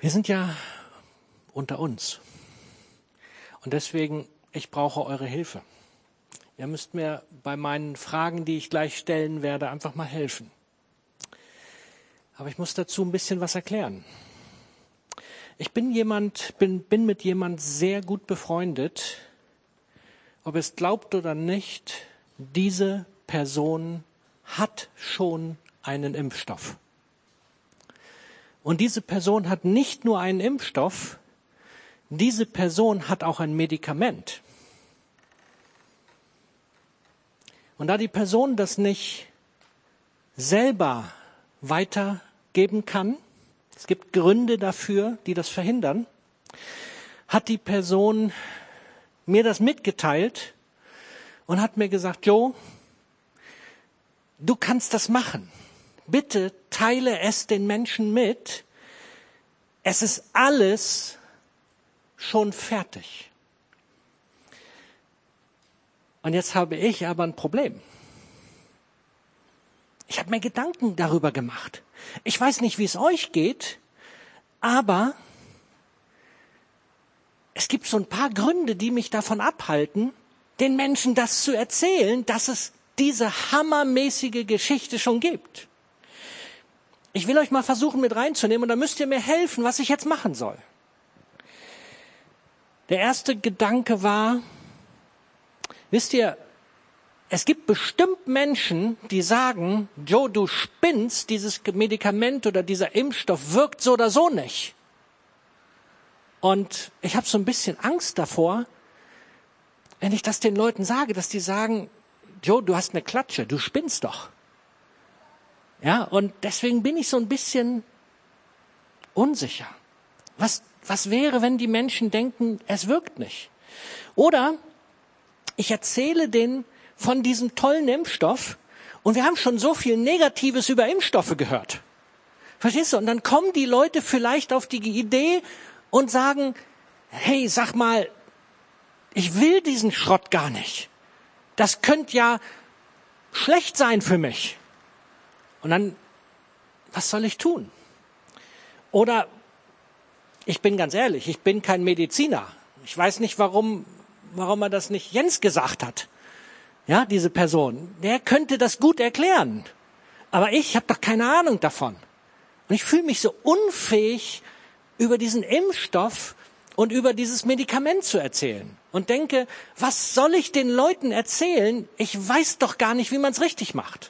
Wir sind ja unter uns. Und deswegen, ich brauche eure Hilfe. Ihr müsst mir bei meinen Fragen, die ich gleich stellen werde, einfach mal helfen. Aber ich muss dazu ein bisschen was erklären. Ich bin mit jemand sehr gut befreundet. Ob es glaubt oder nicht, diese Person hat schon einen Impfstoff. Und diese Person hat nicht nur einen Impfstoff, diese Person hat auch ein Medikament. Und da die Person das nicht selber weitergeben kann, es gibt Gründe dafür, die das verhindern, hat die Person mir das mitgeteilt und hat mir gesagt, Jo, du kannst das machen. Bitte teile es den Menschen mit. Es ist alles schon fertig. Und jetzt habe ich aber ein Problem. Ich habe mir Gedanken darüber gemacht. Ich weiß nicht, wie es euch geht, aber es gibt so ein paar Gründe, die mich davon abhalten, den Menschen das zu erzählen, dass es diese hammermäßige Geschichte schon gibt. Ich will euch mal versuchen mit reinzunehmen und dann müsst ihr mir helfen, was ich jetzt machen soll. Der erste Gedanke war, wisst ihr, es gibt bestimmt Menschen, die sagen, Joe, du spinnst, dieses Medikament oder dieser Impfstoff wirkt so oder so nicht. Und ich habe so ein bisschen Angst davor, wenn ich das den Leuten sage, dass die sagen, Joe, du hast eine Klatsche, du spinnst doch. Ja, und deswegen bin ich so ein bisschen unsicher. Was wäre, wenn die Menschen denken, es wirkt nicht? Oder ich erzähle denen von diesem tollen Impfstoff und wir haben schon so viel Negatives über Impfstoffe gehört. Verstehst du? Und dann kommen die Leute vielleicht auf die Idee und sagen, hey, sag mal, ich will diesen Schrott gar nicht. Das könnte ja schlecht sein für mich. Und dann, was soll ich tun? Oder, ich bin ganz ehrlich, ich bin kein Mediziner. Ich weiß nicht, warum er das nicht Jens gesagt hat. Ja, diese Person. Der könnte das gut erklären. Aber ich habe doch keine Ahnung davon. Und ich fühle mich so unfähig, über diesen Impfstoff und über dieses Medikament zu erzählen. Und denke, was soll ich den Leuten erzählen? Ich weiß doch gar nicht, wie man es richtig macht.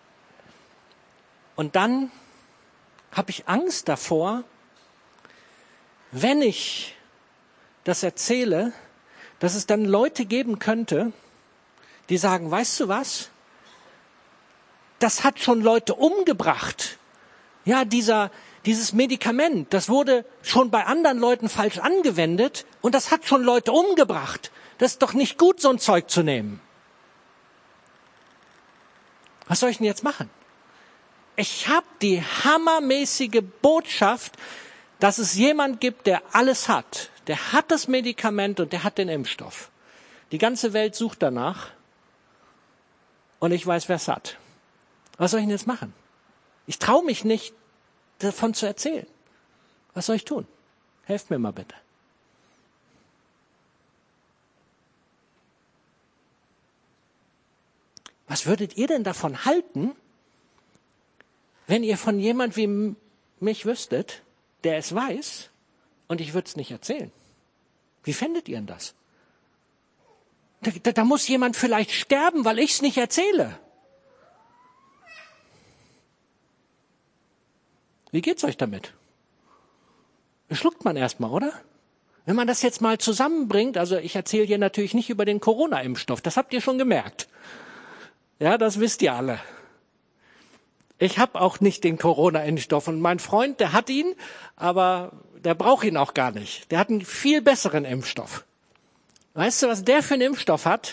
Und dann habe ich Angst davor, wenn ich das erzähle, dass es dann Leute geben könnte, die sagen, weißt du was? Das hat schon Leute umgebracht. Ja, dieses Medikament, das wurde schon bei anderen Leuten falsch angewendet und das hat schon Leute umgebracht. Das ist doch nicht gut, so ein Zeug zu nehmen. Was soll ich denn jetzt machen? Ich habe die hammermäßige Botschaft, dass es jemand gibt, der alles hat. Der hat das Medikament und der hat den Impfstoff. Die ganze Welt sucht danach und ich weiß, wer es hat. Was soll ich denn jetzt machen? Ich traue mich nicht, davon zu erzählen. Was soll ich tun? Helft mir mal bitte. Was würdet ihr denn davon halten, wenn ihr von jemand wie mich wüsstet, der es weiß, und ich würde es nicht erzählen? Wie fändet ihr denn das? Da muss jemand vielleicht sterben, weil ich es nicht erzähle. Wie geht's euch damit? Schluckt man erstmal, oder? Wenn man das jetzt mal zusammenbringt, also ich erzähle hier natürlich nicht über den Corona-Impfstoff, das habt ihr schon gemerkt. Ja, das wisst ihr alle. Ich habe auch nicht den Corona-Impfstoff und mein Freund, der hat ihn, aber der braucht ihn auch gar nicht. Der hat einen viel besseren Impfstoff. Weißt du, was der für einen Impfstoff hat?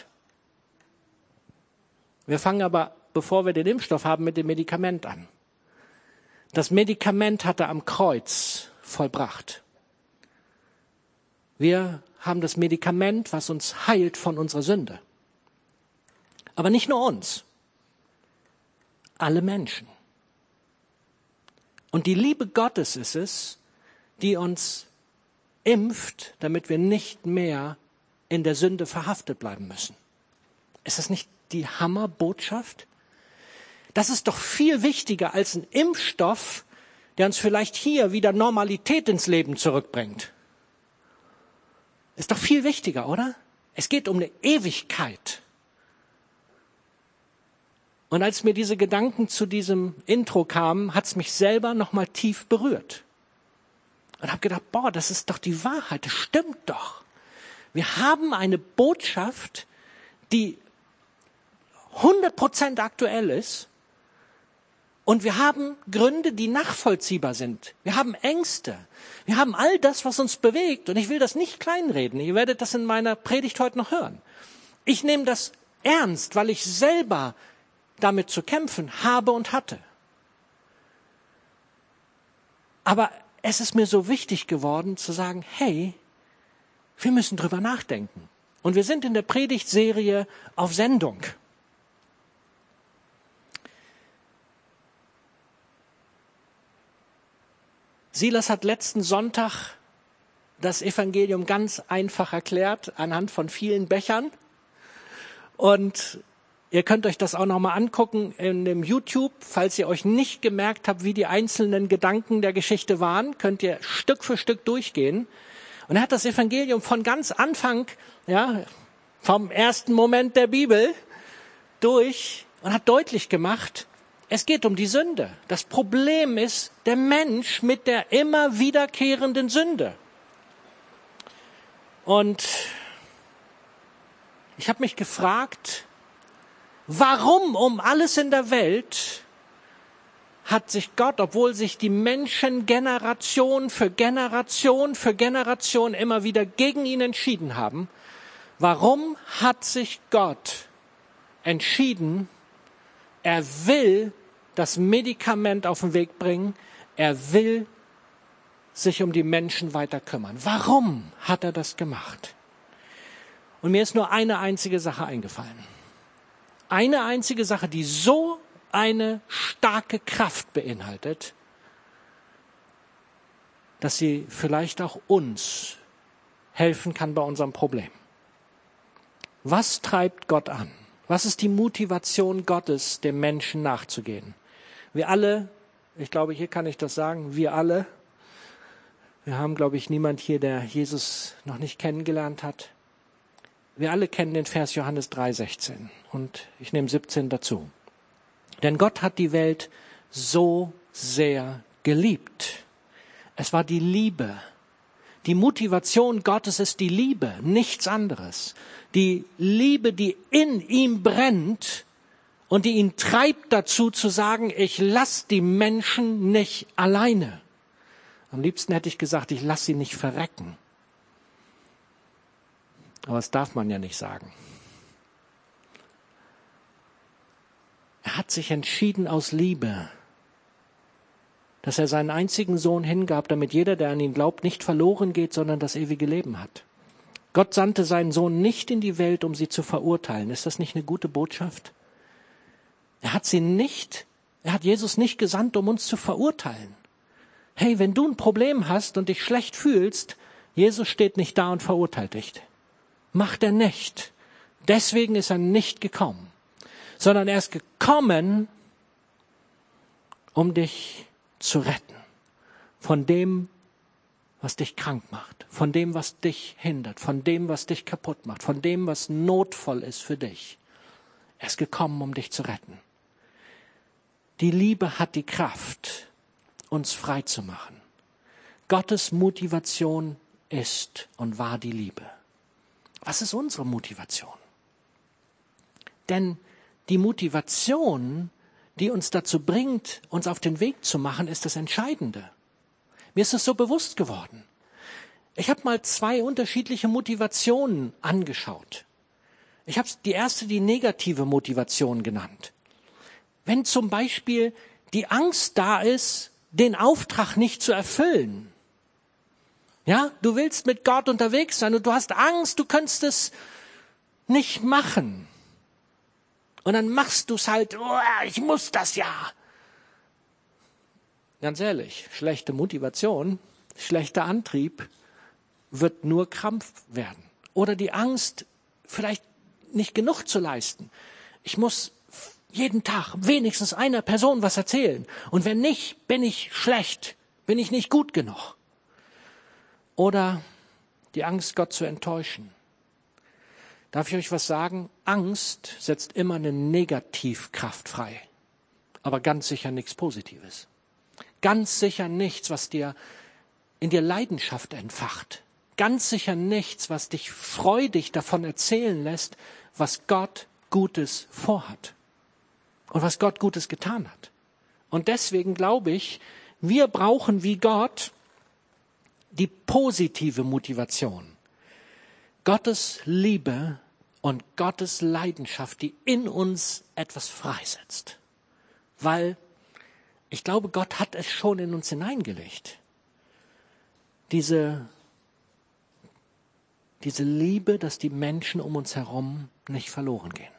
Wir fangen aber, bevor wir den Impfstoff haben, mit dem Medikament an. Das Medikament hat er am Kreuz vollbracht. Wir haben das Medikament, was uns heilt von unserer Sünde. Aber nicht nur uns. Alle Menschen. Und die Liebe Gottes ist es, die uns impft, damit wir nicht mehr in der Sünde verhaftet bleiben müssen. Ist das nicht die Hammerbotschaft? Das ist doch viel wichtiger als ein Impfstoff, der uns vielleicht hier wieder Normalität ins Leben zurückbringt. Ist doch viel wichtiger, oder? Es geht um eine Ewigkeit. Und als mir diese Gedanken zu diesem Intro kamen, hat es mich selber nochmal tief berührt. Und habe gedacht, boah, das ist doch die Wahrheit, das stimmt doch. Wir haben eine Botschaft, die 100% aktuell ist. Und wir haben Gründe, die nachvollziehbar sind. Wir haben Ängste. Wir haben all das, was uns bewegt. Und ich will das nicht kleinreden. Ihr werdet das in meiner Predigt heute noch hören. Ich nehme das ernst, weil ich selber damit zu kämpfen habe und hatte. Aber es ist mir so wichtig geworden zu sagen, hey, wir müssen drüber nachdenken. Und wir sind in der Predigtserie auf Sendung. Silas hat letzten Sonntag das Evangelium ganz einfach erklärt, anhand von vielen Bechern. Und ihr könnt euch das auch nochmal angucken in dem YouTube. Falls ihr euch nicht gemerkt habt, wie die einzelnen Gedanken der Geschichte waren, könnt ihr Stück für Stück durchgehen. Und er hat das Evangelium von ganz Anfang, ja, vom ersten Moment der Bibel durch und hat deutlich gemacht, es geht um die Sünde. Das Problem ist der Mensch mit der immer wiederkehrenden Sünde. Und ich habe mich gefragt, warum um alles in der Welt hat sich Gott, obwohl sich die Menschen Generation für Generation für Generation immer wieder gegen ihn entschieden haben, warum hat sich Gott entschieden, er will das Medikament auf den Weg bringen. Er will sich um die Menschen weiter kümmern. Warum hat er das gemacht? Und mir ist nur eine einzige Sache eingefallen. Eine einzige Sache, die so eine starke Kraft beinhaltet, dass sie vielleicht auch uns helfen kann bei unserem Problem. Was treibt Gott an? Was ist die Motivation Gottes, dem Menschen nachzugehen? Wir alle, ich glaube, hier kann ich das sagen, wir alle, wir haben, glaube ich, niemand hier, der Jesus noch nicht kennengelernt hat. Wir alle kennen den Vers Johannes 3,16 und ich nehme 17 dazu. Denn Gott hat die Welt so sehr geliebt. Es war die Liebe. Die Motivation Gottes ist die Liebe, nichts anderes. Die Liebe, die in ihm brennt und die ihn treibt dazu zu sagen, ich lasse die Menschen nicht alleine. Am liebsten hätte ich gesagt, ich lasse sie nicht verrecken. Aber das darf man ja nicht sagen. Er hat sich entschieden aus Liebe, dass er seinen einzigen Sohn hingab, damit jeder, der an ihn glaubt, nicht verloren geht, sondern das ewige Leben hat. Gott sandte seinen Sohn nicht in die Welt, um sie zu verurteilen. Ist das nicht eine gute Botschaft? Er hat Jesus nicht gesandt, um uns zu verurteilen. Hey, wenn du ein Problem hast und dich schlecht fühlst, Jesus steht nicht da und verurteilt dich. Macht er nicht. Deswegen ist er nicht gekommen, sondern er ist gekommen, um dich zu retten von dem, was dich krank macht, von dem, was dich hindert, von dem, was dich kaputt macht, von dem, was notvoll ist für dich. Er ist gekommen, um dich zu retten. Die Liebe hat die Kraft, uns frei zu machen. Gottes Motivation ist und war die Liebe. Was ist unsere Motivation? Denn die Motivation, die uns dazu bringt, uns auf den Weg zu machen, ist das Entscheidende. Mir ist es so bewusst geworden. Ich habe mal 2 unterschiedliche Motivationen angeschaut. Ich habe die erste, die negative Motivation genannt. Wenn zum Beispiel die Angst da ist, den Auftrag nicht zu erfüllen. Ja, du willst mit Gott unterwegs sein und du hast Angst, du könntest es nicht machen. Und dann machst du es halt, oh, ich muss das ja. Ganz ehrlich, schlechte Motivation schlechter Antrieb wird nur Krampf werden. Oder die Angst, vielleicht nicht genug zu leisten. Ich muss jeden Tag wenigstens einer Person was erzählen. Und wenn nicht, bin ich schlecht, bin ich nicht gut genug. Oder die Angst, Gott zu enttäuschen. Darf ich euch was sagen? Angst setzt immer eine Negativkraft frei. Aber ganz sicher nichts Positives. Ganz sicher nichts, was dir in dir Leidenschaft entfacht. Ganz sicher nichts, was dich freudig davon erzählen lässt, was Gott Gutes vorhat. Und was Gott Gutes getan hat. Und deswegen glaube ich, wir brauchen wie Gott die positive Motivation. Gottes Liebe und Gottes Leidenschaft, die in uns etwas freisetzt. Weil ich glaube, Gott hat es schon in uns hineingelegt. Diese Liebe, dass die Menschen um uns herum nicht verloren gehen.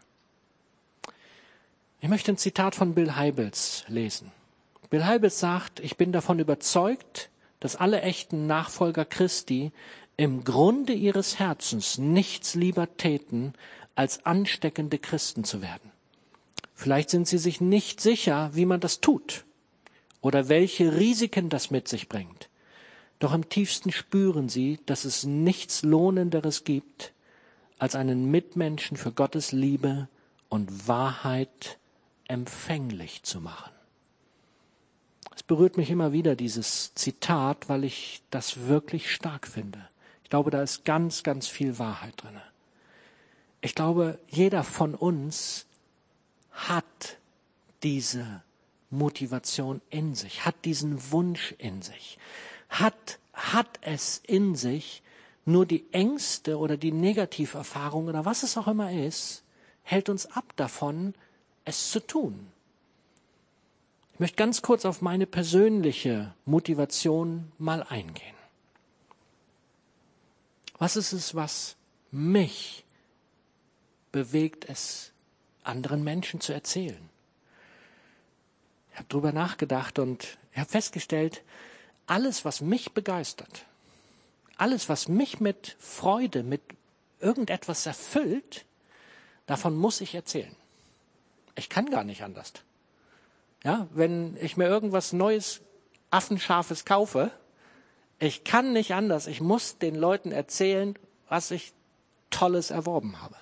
Ich möchte ein Zitat von Bill Hybels lesen. Bill Hybels sagt, ich bin davon überzeugt, dass alle echten Nachfolger Christi im Grunde ihres Herzens nichts lieber täten, als ansteckende Christen zu werden. Vielleicht sind sie sich nicht sicher, wie man das tut oder welche Risiken das mit sich bringt. Doch im tiefsten spüren sie, dass es nichts Lohnenderes gibt, als einen Mitmenschen für Gottes Liebe und Wahrheit empfänglich zu machen. Es berührt mich immer wieder, dieses Zitat, weil ich das wirklich stark finde. Ich glaube, da ist ganz, ganz viel Wahrheit drin. Ich glaube, jeder von uns hat diese Motivation in sich, hat diesen Wunsch in sich, hat es in sich, nur die Ängste oder die Negativerfahrung oder was es auch immer ist, hält uns ab davon, es zu tun. Ich möchte ganz kurz auf meine persönliche Motivation mal eingehen. Was ist es, was mich bewegt, es anderen Menschen zu erzählen? Ich habe darüber nachgedacht und ich habe festgestellt, alles, was mich begeistert, alles, was mich mit Freude, mit irgendetwas erfüllt, davon muss ich erzählen. Ich kann gar nicht anders. Ja, wenn ich mir irgendwas Neues, Affenscharfes kaufe, ich kann nicht anders. Ich muss den Leuten erzählen, was ich Tolles erworben habe.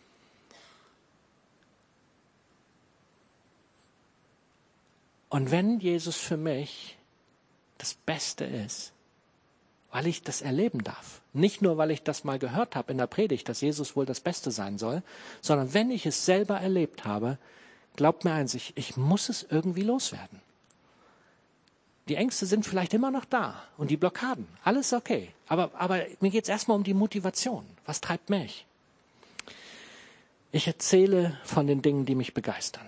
Und wenn Jesus für mich das Beste ist, weil ich das erleben darf, nicht nur, weil ich das mal gehört habe in der Predigt, dass Jesus wohl das Beste sein soll, sondern wenn ich es selber erlebt habe, glaubt mir eins, ich muss es irgendwie loswerden. Die Ängste sind vielleicht immer noch da und die Blockaden, alles okay. Aber mir geht es erstmal um die Motivation. Was treibt mich? Ich erzähle von den Dingen, die mich begeistern.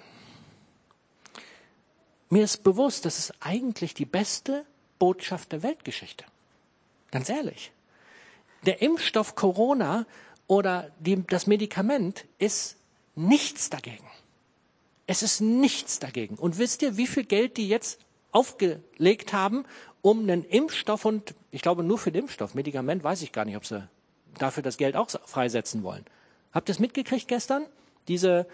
Mir ist bewusst, das ist eigentlich die beste Botschaft der Weltgeschichte. Ganz ehrlich. Der Impfstoff Corona oder das Medikament ist nichts dagegen. Es ist nichts dagegen. Und wisst ihr, wie viel Geld die jetzt aufgelegt haben, um einen Impfstoff und, ich glaube nur für den Impfstoff, Medikament weiß ich gar nicht, ob sie dafür das Geld auch freisetzen wollen. Habt ihr es mitgekriegt gestern? Diese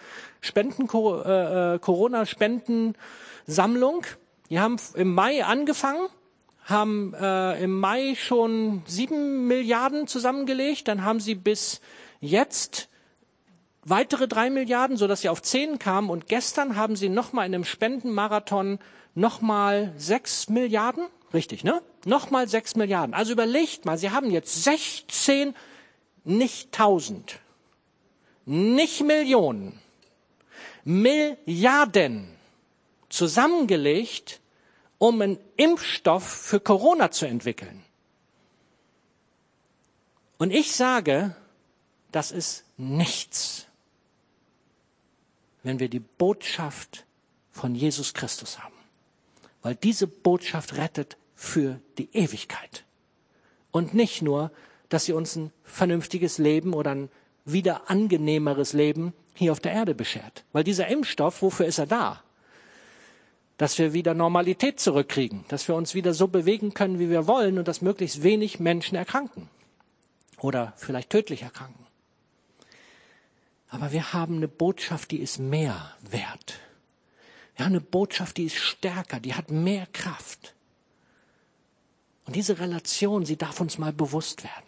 Corona-Spendensammlung, die haben im Mai angefangen, haben im Mai schon 7 Milliarden zusammengelegt, dann haben sie bis jetzt weitere 3 Milliarden, sodass sie auf 10 kamen und gestern haben sie nochmal in einem Spendenmarathon nochmal 6 Milliarden, richtig, ne? Nochmal 6 Milliarden. Also überlegt mal, sie haben jetzt 16, nicht 1000, nicht Millionen, Milliarden zusammengelegt, um einen Impfstoff für Corona zu entwickeln. Und ich sage, das ist nichts, wenn wir die Botschaft von Jesus Christus haben. Weil diese Botschaft rettet für die Ewigkeit. Und nicht nur, dass sie uns ein vernünftiges Leben oder ein wieder angenehmeres Leben hier auf der Erde beschert. Weil dieser Impfstoff, wofür ist er da? dass wir wieder Normalität zurückkriegen, dass wir uns wieder so bewegen können, wie wir wollen und dass möglichst wenig Menschen erkranken oder vielleicht tödlich erkranken. Aber wir haben eine Botschaft, die ist mehr wert. Wir haben eine Botschaft, die ist stärker, die hat mehr Kraft. Und diese Relation, sie darf uns mal bewusst werden.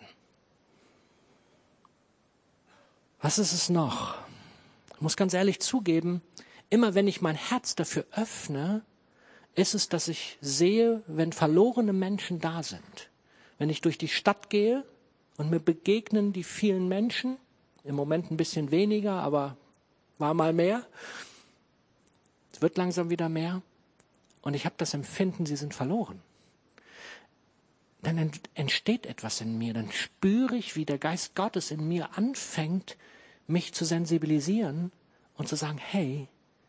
Was ist es noch? Ich muss ganz ehrlich zugeben, immer wenn ich mein Herz dafür öffne, ist es, dass ich sehe, wenn verlorene Menschen da sind. Wenn ich durch die Stadt gehe und mir begegnen die vielen Menschen, im Moment ein bisschen weniger, aber war mal mehr. Es wird langsam wieder mehr. Und ich habe das Empfinden, sie sind verloren. Dann entsteht etwas in mir. Dann spüre ich, wie der Geist Gottes in mir anfängt, mich zu sensibilisieren und zu sagen, hey,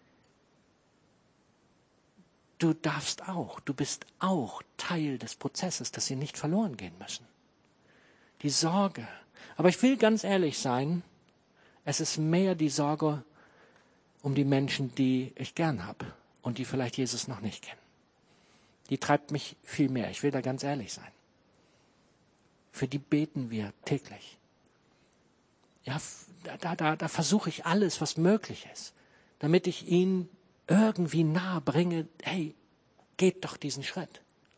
du darfst auch, du bist auch Teil des Prozesses, dass sie nicht verloren gehen müssen. Die Sorge. Aber ich will ganz ehrlich sein, es ist mehr die Sorge um die Menschen, die ich gern habe und die vielleicht Jesus noch nicht kennen. Die treibt mich viel mehr. Ich will da ganz ehrlich sein. Für die beten wir täglich. Ja, da versuche ich alles, was möglich ist, damit ich ihnen irgendwie nahe bringe, hey, geht doch diesen Schritt.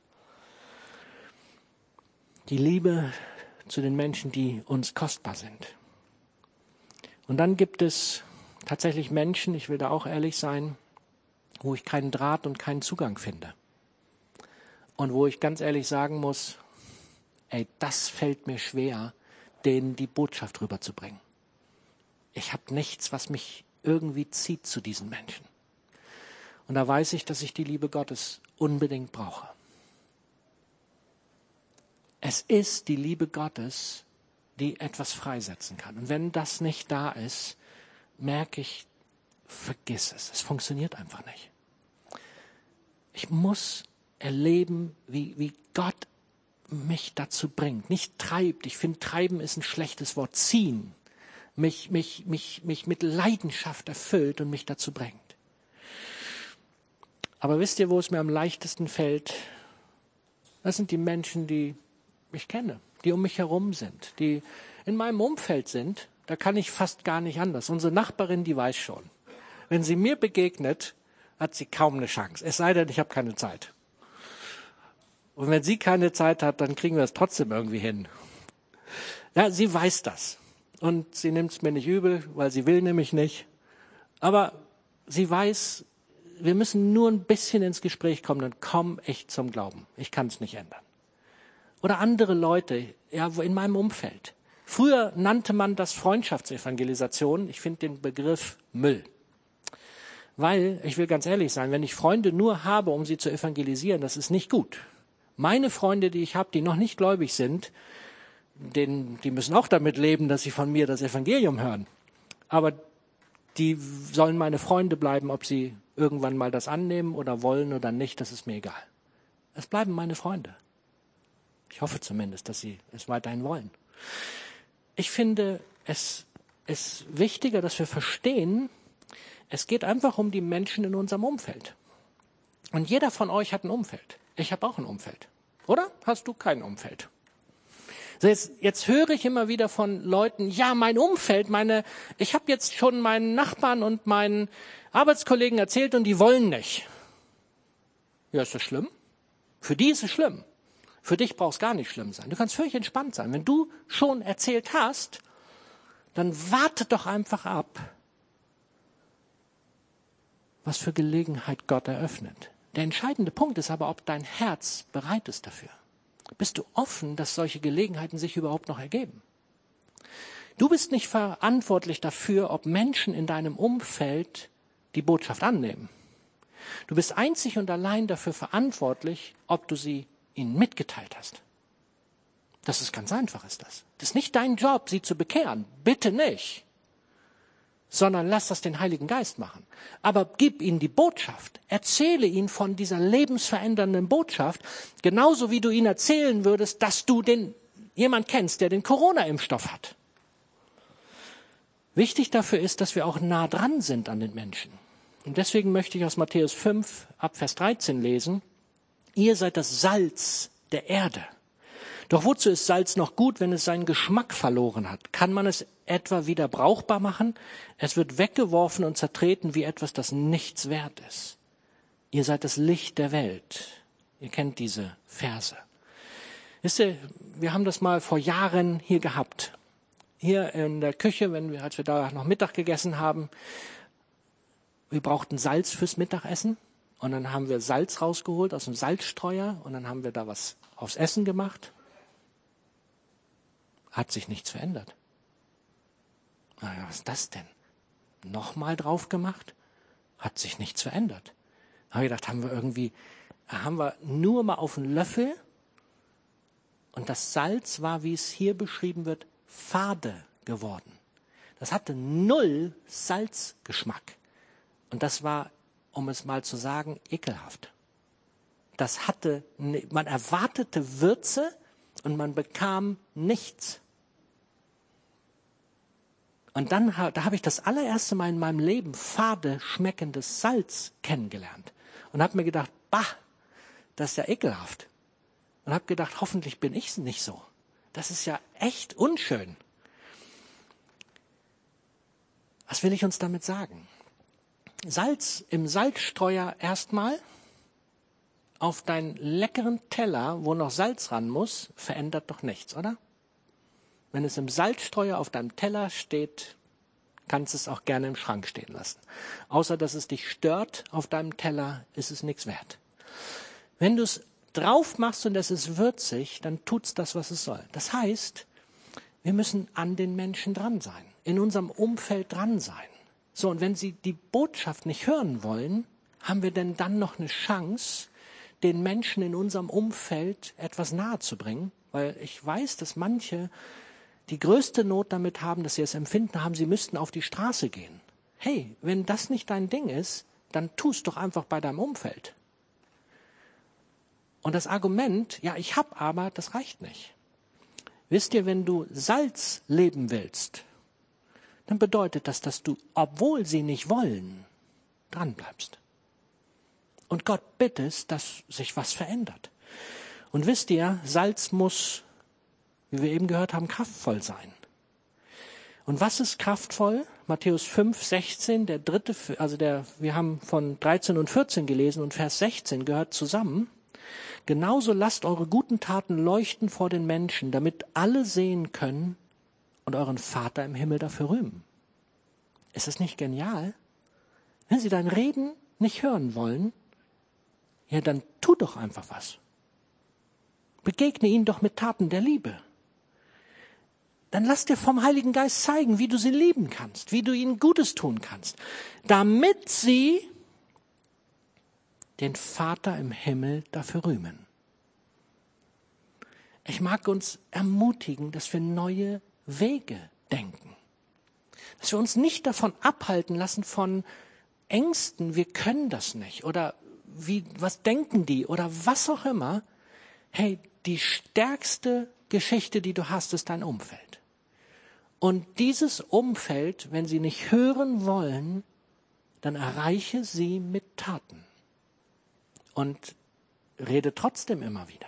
Die Liebe zu den Menschen, die uns kostbar sind. Und dann gibt es tatsächlich Menschen, ich will da auch ehrlich sein, wo ich keinen Draht und keinen Zugang finde. Und wo ich ganz ehrlich sagen muss, ey, das fällt mir schwer, denen die Botschaft rüberzubringen. Ich habe nichts, was mich irgendwie zieht zu diesen Menschen. Und da weiß ich, dass ich die Liebe Gottes unbedingt brauche. Es ist die Liebe Gottes, die etwas freisetzen kann. Und wenn das nicht da ist, merke ich, vergiss es. Es funktioniert einfach nicht. Ich muss erleben, wie Gott mich dazu bringt. Nicht treibt. Ich finde, treiben ist ein schlechtes Wort. Ziehen. Mich mit Leidenschaft erfüllt und mich dazu bringt. Aber wisst ihr, wo es mir am leichtesten fällt? Das sind die Menschen, die ich kenne, die um mich herum sind, die in meinem Umfeld sind. Da kann ich fast gar nicht anders. Unsere Nachbarin, die weiß schon. Wenn sie mir begegnet, hat sie kaum eine Chance. Es sei denn, ich habe keine Zeit. Und wenn sie keine Zeit hat, dann kriegen wir es trotzdem irgendwie hin. Ja, sie weiß das. Und sie nimmt es mir nicht übel, weil sie will nämlich nicht. Aber sie weiß, wir müssen nur ein bisschen ins Gespräch kommen, dann komm ich zum Glauben. Ich kann es nicht ändern. Oder andere Leute, ja, in meinem Umfeld. Früher nannte man das Freundschaftsevangelisation. Ich finde den Begriff Müll. Weil, ich will ganz ehrlich sein, wenn ich Freunde nur habe, um sie zu evangelisieren, das ist nicht gut. Meine Freunde, die ich habe, die noch nicht gläubig sind, die müssen auch damit leben, dass sie von mir das Evangelium hören. Aber die sollen meine Freunde bleiben, ob sie irgendwann mal das annehmen oder wollen oder nicht, das ist mir egal. Es bleiben meine Freunde. Ich hoffe zumindest, dass sie es weiterhin wollen. Ich finde es ist wichtiger, dass wir verstehen, es geht einfach um die Menschen in unserem Umfeld. Und jeder von euch hat ein Umfeld. Ich habe auch ein Umfeld. Oder? Hast du kein Umfeld? So jetzt höre ich immer wieder von Leuten, ja, mein Umfeld, ich habe jetzt schon meinen Nachbarn und meinen Arbeitskollegen erzählt und die wollen nicht. Ja, ist das schlimm? Für die ist es schlimm. Für dich braucht es gar nicht schlimm sein. Du kannst völlig entspannt sein. Wenn du schon erzählt hast, dann warte doch einfach ab, was für Gelegenheit Gott eröffnet. Der entscheidende Punkt ist aber, ob dein Herz bereit ist dafür. Bist du offen, dass solche Gelegenheiten sich überhaupt noch ergeben? Du bist nicht verantwortlich dafür, ob Menschen in deinem Umfeld die Botschaft annehmen. Du bist einzig und allein dafür verantwortlich, ob du sie ihnen mitgeteilt hast. Das ist ganz einfach, ist das. Das ist nicht dein Job, sie zu bekehren. Bitte nicht. Sondern lass das den Heiligen Geist machen. Aber gib ihnen die Botschaft. Erzähle ihnen von dieser lebensverändernden Botschaft, genauso wie du ihnen erzählen würdest, dass du jemand kennst, der den Corona-Impfstoff hat. Wichtig dafür ist, dass wir auch nah dran sind an den Menschen. Und deswegen möchte ich aus Matthäus 5 ab Vers 13 lesen. Ihr seid das Salz der Erde. Doch wozu ist Salz noch gut, wenn es seinen Geschmack verloren hat? Kann man es etwa wieder brauchbar machen? Es wird weggeworfen und zertreten wie etwas, das nichts wert ist. Ihr seid das Licht der Welt. Ihr kennt diese Verse. Wisst ihr, wir haben das mal vor Jahren hier gehabt. Hier in der Küche, als wir da noch Mittag gegessen haben. Wir brauchten Salz fürs Mittagessen. Und dann haben wir Salz rausgeholt aus dem Salzstreuer. Und dann haben wir da was aufs Essen gemacht. Hat sich nichts verändert. Naja, was ist das denn? Nochmal drauf gemacht? Hat sich nichts verändert. Da habe ich gedacht, haben wir nur mal auf einen Löffel und das Salz war, wie es hier beschrieben wird, fade geworden. Das hatte 0 Salzgeschmack. Und das war, um es mal zu sagen, ekelhaft. Man erwartete Würze und man bekam nichts. Und da habe ich das allererste Mal in meinem Leben fade schmeckendes Salz kennengelernt. Und habe mir gedacht, das ist ja ekelhaft. Und habe gedacht, hoffentlich bin ich nicht so. Das ist ja echt unschön. Was will ich uns damit sagen? Salz im Salzstreuer erstmal auf deinen leckeren Teller, wo noch Salz ran muss, verändert doch nichts, oder? Wenn es im Salzstreuer auf deinem Teller steht, kannst du es auch gerne im Schrank stehen lassen. Außer, dass es dich stört auf deinem Teller, ist es nichts wert. Wenn du es drauf machst und es ist würzig, dann tut's das, was es soll. Das heißt, wir müssen an den Menschen dran sein, in unserem Umfeld dran sein. So, und wenn sie die Botschaft nicht hören wollen, haben wir denn dann noch eine Chance, den Menschen in unserem Umfeld etwas nahezubringen? Weil ich weiß, dass manche die größte Not damit haben, dass sie es empfinden haben, sie müssten auf die Straße gehen. Hey, wenn das nicht dein Ding ist, dann tu es doch einfach bei deinem Umfeld. Und das Argument, ja, ich hab aber, das reicht nicht. Wisst ihr, wenn du Salz leben willst, dann bedeutet das, dass du, obwohl sie nicht wollen, dranbleibst. Und Gott bittest, dass sich was verändert. Und wisst ihr, Salz muss, wie wir eben gehört haben, kraftvoll sein. Und was ist kraftvoll? Matthäus 5, 16, wir haben von 13 und 14 gelesen und Vers 16 gehört zusammen. Genauso lasst eure guten Taten leuchten vor den Menschen, damit alle sehen können und euren Vater im Himmel dafür rühmen. Ist das nicht genial? Wenn sie dein Reden nicht hören wollen, ja, dann tu doch einfach was. Begegne ihnen doch mit Taten der Liebe. Dann lass dir vom Heiligen Geist zeigen, wie du sie lieben kannst, wie du ihnen Gutes tun kannst, damit sie den Vater im Himmel dafür rühmen. Ich mag uns ermutigen, dass wir neue Wege denken. Dass wir uns nicht davon abhalten lassen von Ängsten, wir können das nicht oder was denken die oder was auch immer. Hey, die stärkste Geschichte, die du hast, ist dein Umfeld. Und dieses Umfeld, wenn sie nicht hören wollen, dann erreiche sie mit Taten. Und rede trotzdem immer wieder.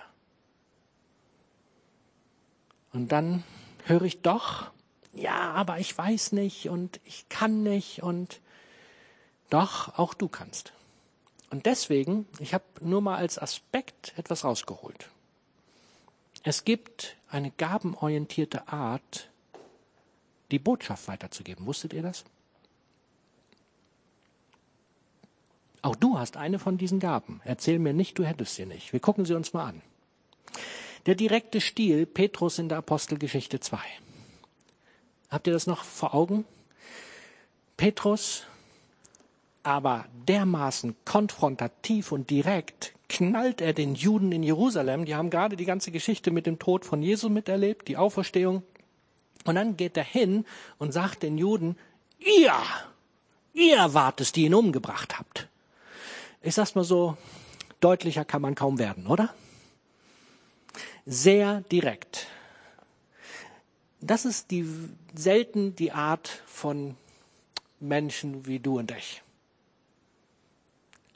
Und dann höre ich doch, ja, aber ich weiß nicht und ich kann nicht und doch, auch du kannst. Und deswegen, ich habe nur mal als Aspekt etwas rausgeholt. Es gibt eine gabenorientierte Art, die Botschaft weiterzugeben. Wusstet ihr das? Auch du hast eine von diesen Gaben. Erzähl mir nicht, du hättest sie nicht. Wir gucken sie uns mal an. Der direkte Stil Petrus in der Apostelgeschichte 2. Habt ihr das noch vor Augen? Petrus, aber dermaßen konfrontativ und direkt knallt er den Juden in Jerusalem. Die haben gerade die ganze Geschichte mit dem Tod von Jesu miterlebt, die Auferstehung. Und dann geht er hin und sagt den Juden, ihr wart es, die ihn umgebracht habt. Ich sag's mal so, deutlicher kann man kaum werden, oder? Sehr direkt. Das ist selten die Art von Menschen wie du und ich.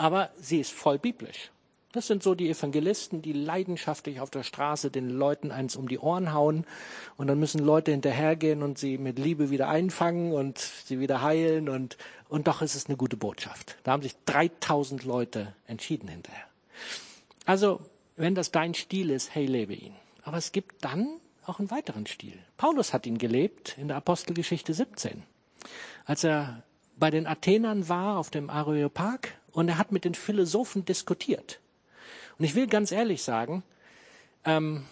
aber sie ist voll biblisch. Das sind so die Evangelisten, die leidenschaftlich auf der Straße den Leuten eins um die Ohren hauen und dann müssen Leute hinterhergehen und sie mit Liebe wieder einfangen und sie wieder heilen und doch ist es eine gute Botschaft. Da haben sich 3000 Leute entschieden hinterher. Also, wenn das dein Stil ist, hey, lebe ihn. Aber es gibt dann auch einen weiteren Stil. Paulus hat ihn gelebt in der Apostelgeschichte 17, als er bei den Athenern war auf dem Areopag und er hat mit den Philosophen diskutiert. Und ich will ganz ehrlich sagen, kann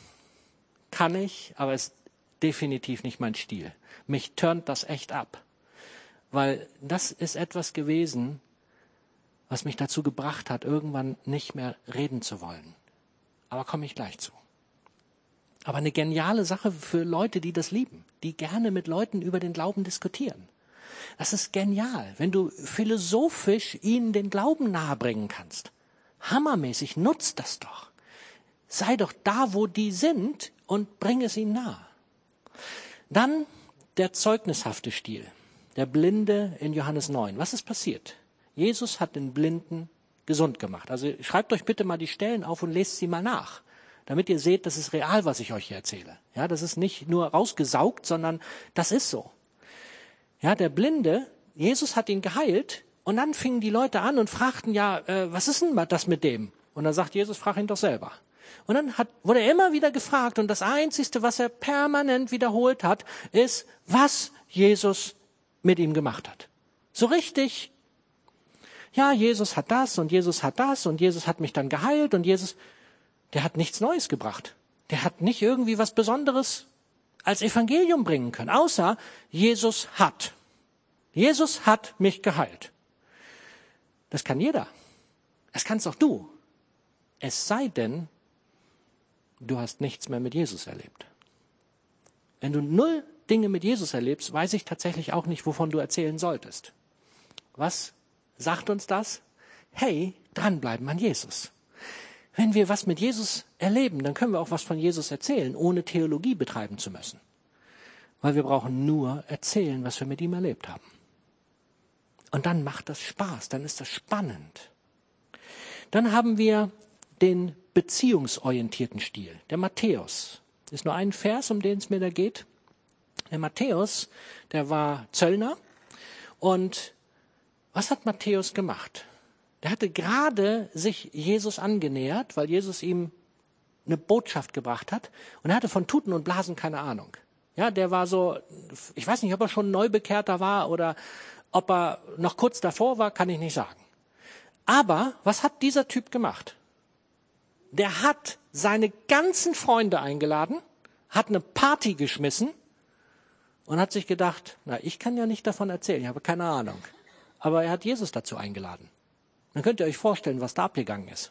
ich, aber es ist definitiv nicht mein Stil. Mich turnt das echt ab. Weil das ist etwas gewesen, was mich dazu gebracht hat, irgendwann nicht mehr reden zu wollen. Aber komme ich gleich zu. Aber eine geniale Sache für Leute, die das lieben, die gerne mit Leuten über den Glauben diskutieren. Das ist genial, wenn du philosophisch ihnen den Glauben nahebringen kannst. Hammermäßig, nutzt das doch. Sei doch da, wo die sind und bring es ihnen nahe. Dann der zeugnishafte Stil, der Blinde in Johannes 9. Was ist passiert? Jesus hat den Blinden gesund gemacht. Also schreibt euch bitte mal die Stellen auf und lest sie mal nach, damit ihr seht, das ist real, was ich euch hier erzähle. Ja, das ist nicht nur rausgesaugt, sondern das ist so. Ja, der Blinde, Jesus hat ihn geheilt. Und dann fingen die Leute an und fragten, was ist denn das mit dem? Und dann sagt Jesus, frag ihn doch selber. Und dann wurde er immer wieder gefragt und das Einzige, was er permanent wiederholt hat, ist, was Jesus mit ihm gemacht hat. So richtig, ja, Jesus hat das und Jesus hat das und Jesus hat mich dann geheilt und Jesus, der hat nichts Neues gebracht. Der hat nicht irgendwie was Besonderes als Evangelium bringen können, außer Jesus hat. Jesus hat mich geheilt. Das kann jeder. Das kannst auch du. Es sei denn, du hast nichts mehr mit Jesus erlebt. Wenn du 0 Dinge mit Jesus erlebst, weiß ich tatsächlich auch nicht, wovon du erzählen solltest. Was sagt uns das? Hey, dranbleiben an Jesus. Wenn wir was mit Jesus erleben, dann können wir auch was von Jesus erzählen, ohne Theologie betreiben zu müssen. Weil wir brauchen nur erzählen, was wir mit ihm erlebt haben. Und dann macht das Spaß, dann ist das spannend. Dann haben wir den beziehungsorientierten Stil. Der Matthäus. Ist nur ein Vers, um den es mir da geht. Der Matthäus, der war Zöllner. Und was hat Matthäus gemacht? Der hatte gerade sich Jesus angenähert, weil Jesus ihm eine Botschaft gebracht hat. Und er hatte von Tuten und Blasen keine Ahnung. Ja, der war so, ich weiß nicht, ob er schon Neubekehrter war oder ob er noch kurz davor war, kann ich nicht sagen. Aber was hat dieser Typ gemacht? Der hat seine ganzen Freunde eingeladen, hat eine Party geschmissen und hat sich gedacht, ich kann ja nicht davon erzählen, ich habe keine Ahnung. Aber er hat Jesus dazu eingeladen. Dann könnt ihr euch vorstellen, was da abgegangen ist.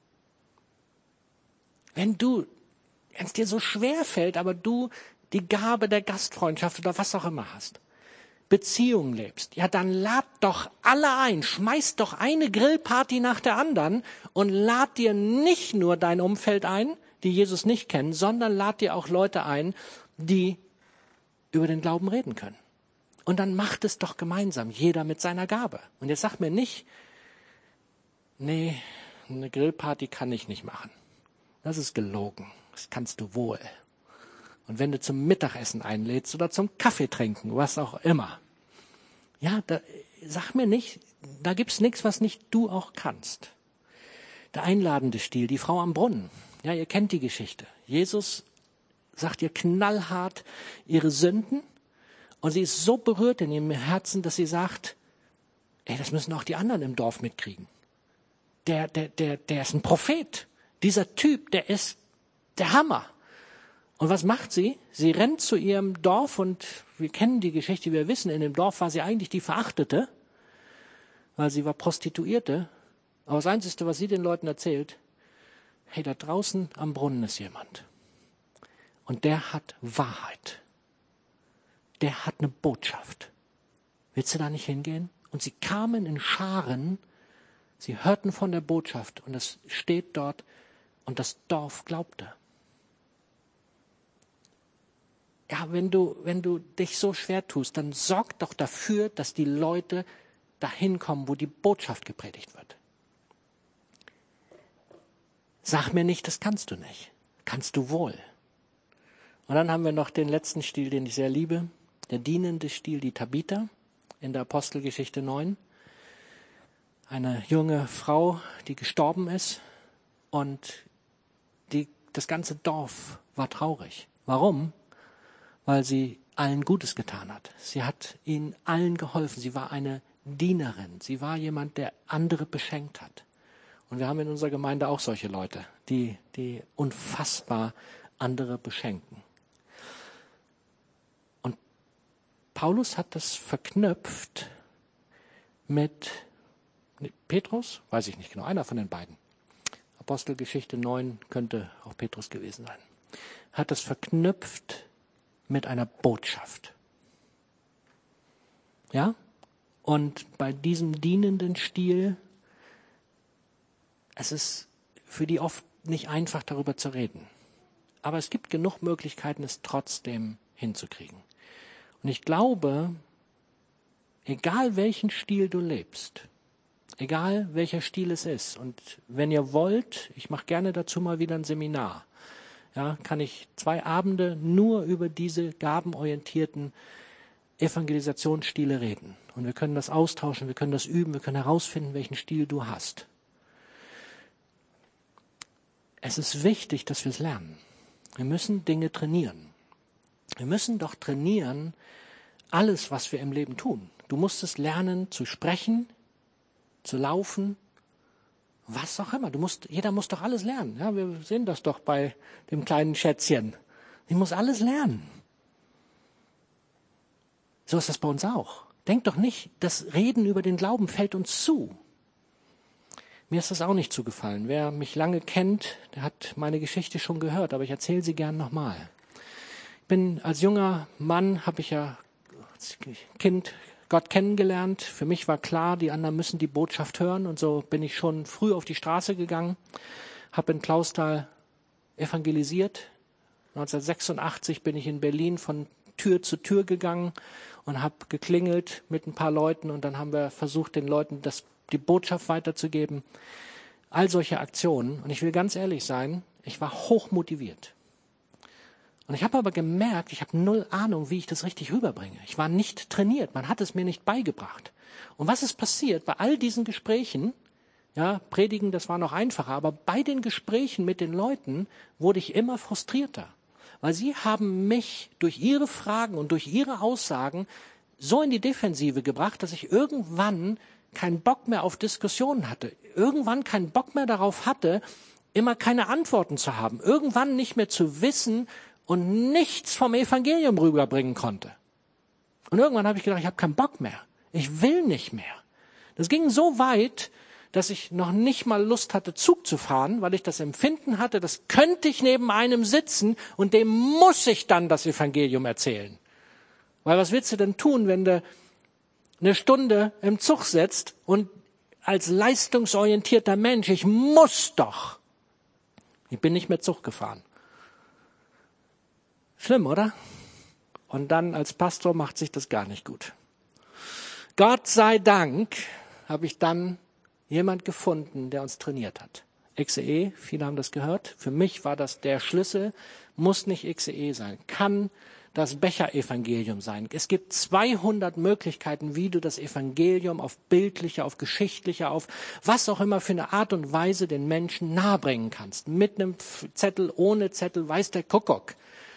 Wenn es dir so schwer fällt, aber du die Gabe der Gastfreundschaft oder was auch immer hast, Beziehungen lebst, ja, dann lad doch alle ein, schmeiß doch eine Grillparty nach der anderen und lad dir nicht nur dein Umfeld ein, die Jesus nicht kennen, sondern lad dir auch Leute ein, die über den Glauben reden können. Und dann macht es doch gemeinsam, jeder mit seiner Gabe. Und jetzt sag mir nicht, nee, eine Grillparty kann ich nicht machen. Das ist gelogen. Das kannst du wohl. Und wenn du zum Mittagessen einlädst oder zum Kaffee trinken, was auch immer. Ja, sag mir nicht, da gibt's nichts, was nicht du auch kannst. Der einladende Stil, die Frau am Brunnen. Ja, ihr kennt die Geschichte. Jesus sagt ihr knallhart ihre Sünden und sie ist so berührt in ihrem Herzen, dass sie sagt, das müssen auch die anderen im Dorf mitkriegen. Der ist ein Prophet. Dieser Typ, der ist der Hammer. Und was macht sie? Sie rennt zu ihrem Dorf und wir kennen die Geschichte, wir wissen, in dem Dorf war sie eigentlich die Verachtete, weil sie war Prostituierte. Aber das Einzige, was sie den Leuten erzählt, hey, da draußen am Brunnen ist jemand. Und der hat Wahrheit. Der hat eine Botschaft. Willst du da nicht hingehen? Und sie kamen in Scharen, sie hörten von der Botschaft und es steht dort und das Dorf glaubte. Ja, wenn du dich so schwer tust, dann sorg doch dafür, dass die Leute dahin kommen, wo die Botschaft gepredigt wird. Sag mir nicht, das kannst du nicht. Kannst du wohl. Und dann haben wir noch den letzten Stil, den ich sehr liebe, der dienende Stil, die Tabitha in der Apostelgeschichte 9. Eine junge Frau, die gestorben ist und das ganze Dorf war traurig. Warum? Weil sie allen Gutes getan hat. Sie hat ihnen allen geholfen. Sie war eine Dienerin. Sie war jemand, der andere beschenkt hat. Und wir haben in unserer Gemeinde auch solche Leute, die unfassbar andere beschenken. Und Paulus hat das verknüpft mit Petrus, weiß ich nicht genau, einer von den beiden. Apostelgeschichte 9 könnte auch Petrus gewesen sein. Hat das verknüpft mit einer Botschaft. Ja? Und bei diesem dienenden Stil, es ist für die oft nicht einfach, darüber zu reden. Aber es gibt genug Möglichkeiten, es trotzdem hinzukriegen. Und ich glaube, egal welchen Stil du lebst, egal welcher Stil es ist, und wenn ihr wollt, ich mache gerne dazu mal wieder ein Seminar, ja, kann ich 2 Abende nur über diese gabenorientierten Evangelisationsstile reden. Und wir können das austauschen, wir können das üben, wir können herausfinden, welchen Stil du hast. Es ist wichtig, dass wir es lernen. Wir müssen Dinge trainieren. Wir müssen doch trainieren, alles, was wir im Leben tun. Du musst es lernen, zu sprechen, zu laufen, was auch immer. Jeder muss doch alles lernen. Ja, wir sehen das doch bei dem kleinen Schätzchen. Ich muss alles lernen. So ist das bei uns auch. Denk doch nicht, das Reden über den Glauben fällt uns zu. Mir ist das auch nicht zugefallen. Wer mich lange kennt, der hat meine Geschichte schon gehört, aber ich erzähle sie gern nochmal. Ich bin als junger Mann, habe ich ja als Kind Gott kennengelernt. Für mich war klar, die anderen müssen die Botschaft hören. Und so bin ich schon früh auf die Straße gegangen, habe in Clausthal evangelisiert. 1986 bin ich in Berlin von Tür zu Tür gegangen und habe geklingelt mit ein paar Leuten. Und dann haben wir versucht, den Leuten die Botschaft weiterzugeben. All solche Aktionen. Und ich will ganz ehrlich sein, ich war hoch motiviert. Und ich habe aber gemerkt, ich habe 0 Ahnung, wie ich das richtig rüberbringe. Ich war nicht trainiert, man hat es mir nicht beigebracht. Und was ist passiert bei all diesen Gesprächen? Ja, predigen, das war noch einfacher, aber bei den Gesprächen mit den Leuten wurde ich immer frustrierter. Weil sie haben mich durch ihre Fragen und durch ihre Aussagen so in die Defensive gebracht, dass ich irgendwann keinen Bock mehr auf Diskussionen hatte. Irgendwann keinen Bock mehr darauf hatte, immer keine Antworten zu haben. Irgendwann nicht mehr zu wissen, und nichts vom Evangelium rüberbringen konnte. Und irgendwann habe ich gedacht, ich habe keinen Bock mehr. Ich will nicht mehr. Das ging so weit, dass ich noch nicht mal Lust hatte, Zug zu fahren, weil ich das Empfinden hatte, das könnte ich neben einem sitzen und dem muss ich dann das Evangelium erzählen. Weil was willst du denn tun, wenn du eine Stunde im Zug sitzt und als leistungsorientierter Mensch, ich muss doch. Ich bin nicht mehr Zug gefahren. Schlimm, oder? Und dann als Pastor macht sich das gar nicht gut. Gott sei Dank habe ich dann jemand gefunden, der uns trainiert hat. XEE, viele haben das gehört. Für mich war das der Schlüssel. Muss nicht XEE sein. Kann das Becher-Evangelium sein. Es gibt 200 Möglichkeiten, wie du das Evangelium auf bildlicher, auf geschichtlicher, auf was auch immer für eine Art und Weise den Menschen nahebringen kannst. Mit einem Zettel, ohne Zettel, weiß der Kuckuck.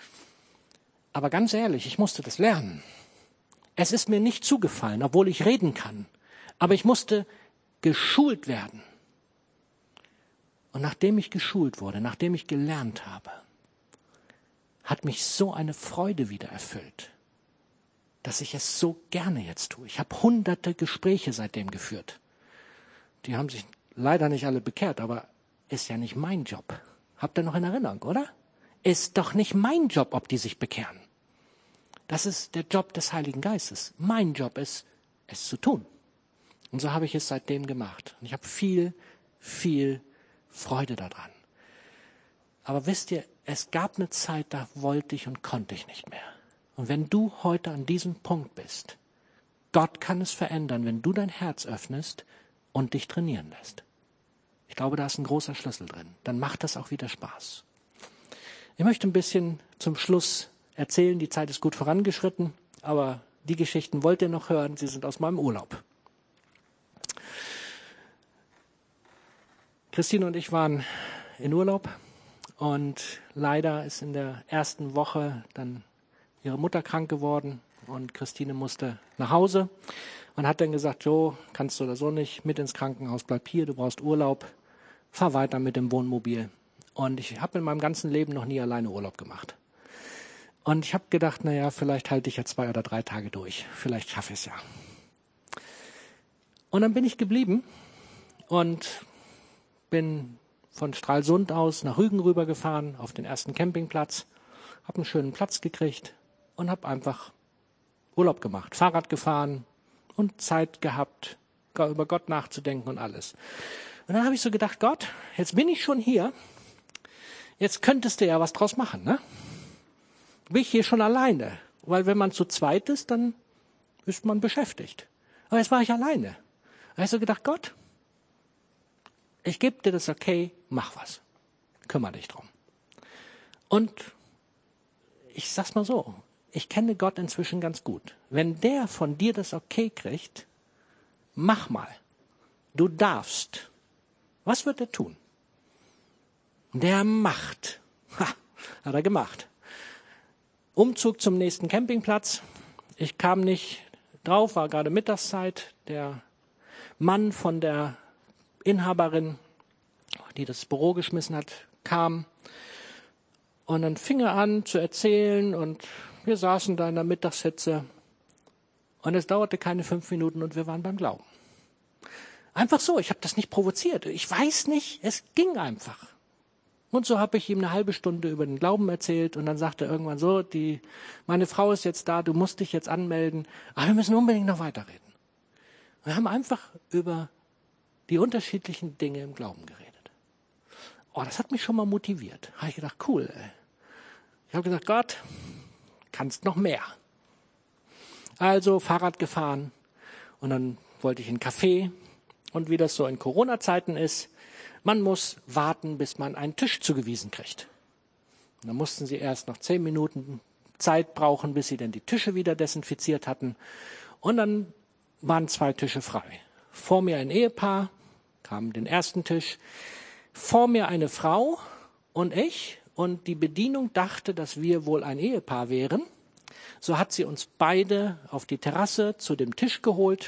Aber ganz ehrlich, ich musste das lernen. Es ist mir nicht zugefallen, obwohl ich reden kann. Aber ich musste geschult werden. Und nachdem ich geschult wurde, nachdem ich gelernt habe, hat mich so eine Freude wieder erfüllt, dass ich es so gerne jetzt tue. Ich habe hunderte Gespräche seitdem geführt. Die haben sich leider nicht alle bekehrt, aber ist ja nicht mein Job. Habt ihr noch in Erinnerung, oder? Ist doch nicht mein Job, ob die sich bekehren. Das ist der Job des Heiligen Geistes. Mein Job ist, es zu tun. Und so habe ich es seitdem gemacht. Und ich habe viel, viel Freude daran. Aber wisst ihr, es gab eine Zeit, da wollte ich und konnte ich nicht mehr. Und wenn du heute an diesem Punkt bist, Gott kann es verändern, wenn du dein Herz öffnest und dich trainieren lässt. Ich glaube, da ist ein großer Schlüssel drin. Dann macht das auch wieder Spaß. Ich möchte ein bisschen zum Schluss erzählen. Die Zeit ist gut vorangeschritten, aber die Geschichten wollt ihr noch hören. Sie sind aus meinem Urlaub. Christine und ich waren in Urlaub und leider ist in der ersten Woche dann ihre Mutter krank geworden und Christine musste nach Hause und hat dann gesagt, Jo, kannst du oder so nicht, mit ins Krankenhaus, bleib hier, du brauchst Urlaub, fahr weiter mit dem Wohnmobil. Und ich habe in meinem ganzen Leben noch nie alleine Urlaub gemacht. Und ich habe gedacht, naja, vielleicht halte ich ja 2 oder 3 Tage durch, vielleicht schaffe ich es ja. Und dann bin ich geblieben und bin von Stralsund aus nach Rügen rübergefahren, auf den ersten Campingplatz, habe einen schönen Platz gekriegt und habe einfach Urlaub gemacht, Fahrrad gefahren und Zeit gehabt, über Gott nachzudenken und alles. Und dann habe ich so gedacht, Gott, jetzt bin ich schon hier, jetzt könntest du ja was draus machen, ne? Bin ich hier schon alleine, weil wenn man zu zweit ist, dann ist man beschäftigt. Aber jetzt war ich alleine. Da habe ich so gedacht, Gott, ich gebe dir das okay, mach was. Kümmere dich drum. Und ich sag's mal so, ich kenne Gott inzwischen ganz gut. Wenn der von dir das okay kriegt, mach mal. Du darfst. Was wird er tun? Der macht. Hat er gemacht. Umzug zum nächsten Campingplatz. Ich kam nicht drauf, war gerade Mittagszeit. Der Mann von der Inhaberin, die das Büro geschmissen hat, kam. Und dann fing er an zu erzählen und wir saßen da in der Mittagshitze. Und es dauerte keine 5 Minuten und wir waren beim Glauben. Einfach so, ich habe das nicht provoziert. Ich weiß nicht, es ging einfach. Und so habe ich ihm eine halbe Stunde über den Glauben erzählt und dann sagte er irgendwann so, meine Frau ist jetzt da, du musst dich jetzt anmelden, aber wir müssen unbedingt noch weiterreden. Wir haben einfach über die unterschiedlichen Dinge im Glauben geredet. Oh, das hat mich schon mal motiviert. Habe ich gedacht, cool. Ich habe gesagt, Gott, kannst noch mehr. Also Fahrrad gefahren und dann wollte ich in einen Café und wie das so in Corona-Zeiten ist, man muss warten, bis man einen Tisch zugewiesen kriegt. Und dann mussten sie erst noch 10 Minuten Zeit brauchen, bis sie dann die Tische wieder desinfiziert hatten. Und dann waren 2 Tische frei. Vor mir ein Ehepaar, kam den ersten Tisch. Vor mir eine Frau und ich. Und die Bedienung dachte, dass wir wohl ein Ehepaar wären. So hat sie uns beide auf die Terrasse zu dem Tisch geholt.